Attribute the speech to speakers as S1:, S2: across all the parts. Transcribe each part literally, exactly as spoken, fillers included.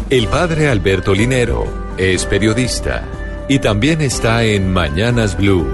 S1: El padre Alberto Linero es periodista y también está en Mañanas Blue.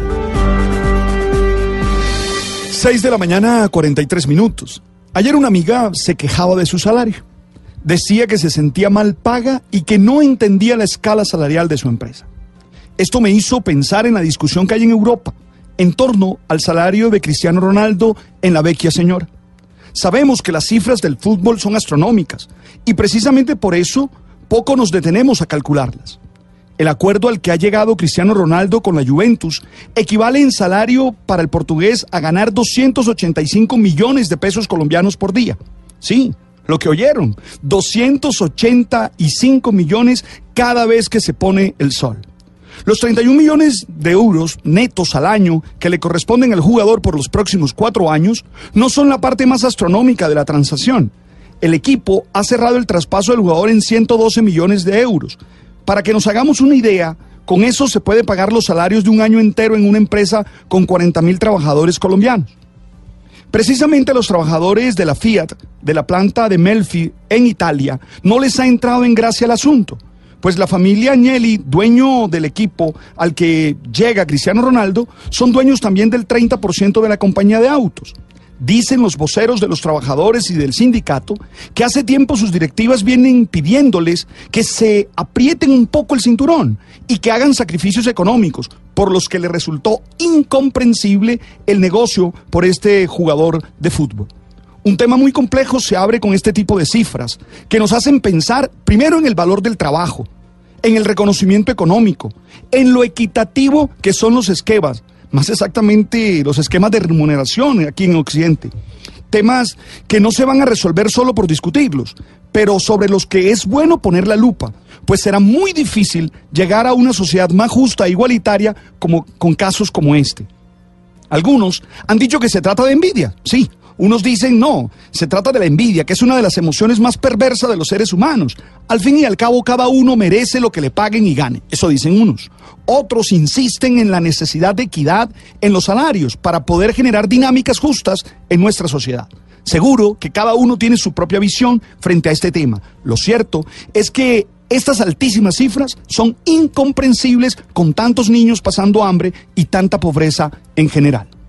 S2: seis de la mañana, cuarenta y tres minutos. Ayer una amiga se quejaba de su salario. Decía que se sentía mal paga y que no entendía la escala salarial de su empresa. Esto me hizo pensar en la discusión que hay en Europa en torno al salario de Cristiano Ronaldo en la vecchia señora. Sabemos que las cifras del fútbol son astronómicas y precisamente por eso poco nos detenemos a calcularlas. El acuerdo al que ha llegado Cristiano Ronaldo con la Juventus equivale en salario para el portugués a ganar doscientos ochenta y cinco millones de pesos colombianos por día. Sí, lo que oyeron, doscientos ochenta y cinco millones cada vez que se pone el sol. Los treinta y un millones de euros netos al año que le corresponden al jugador por los próximos cuatro años no son la parte más astronómica de la transacción. El equipo ha cerrado el traspaso del jugador en ciento doce millones de euros. Para que nos hagamos una idea, con eso se puede pagar los salarios de un año entero en una empresa con cuarenta mil trabajadores colombianos. Precisamente a los trabajadores de la Fiat, de la planta de Melfi en Italia, no les ha entrado en gracia el asunto. Pues la familia Agnelli, dueño del equipo al que llega Cristiano Ronaldo, son dueños también del treinta por ciento de la compañía de autos. Dicen los voceros de los trabajadores y del sindicato que hace tiempo sus directivas vienen pidiéndoles que se aprieten un poco el cinturón y que hagan sacrificios económicos, por los que les resultó incomprensible el negocio por este jugador de fútbol. Un tema muy complejo se abre con este tipo de cifras, que nos hacen pensar primero en el valor del trabajo, en el reconocimiento económico, en lo equitativo que son los esquemas, más exactamente los esquemas de remuneración aquí en Occidente. Temas que no se van a resolver solo por discutirlos, pero sobre los que es bueno poner la lupa, pues será muy difícil llegar a una sociedad más justa e igualitaria como, con casos como este. Algunos han dicho que se trata de envidia, sí. Unos dicen no, se trata de la envidia, que es una de las emociones más perversas de los seres humanos. Al fin y al cabo, cada uno merece lo que le paguen y gane. Eso dicen unos. Otros insisten en la necesidad de equidad en los salarios para poder generar dinámicas justas en nuestra sociedad. Seguro que cada uno tiene su propia visión frente a este tema. Lo cierto es que estas altísimas cifras son incomprensibles con tantos niños pasando hambre y tanta pobreza en general.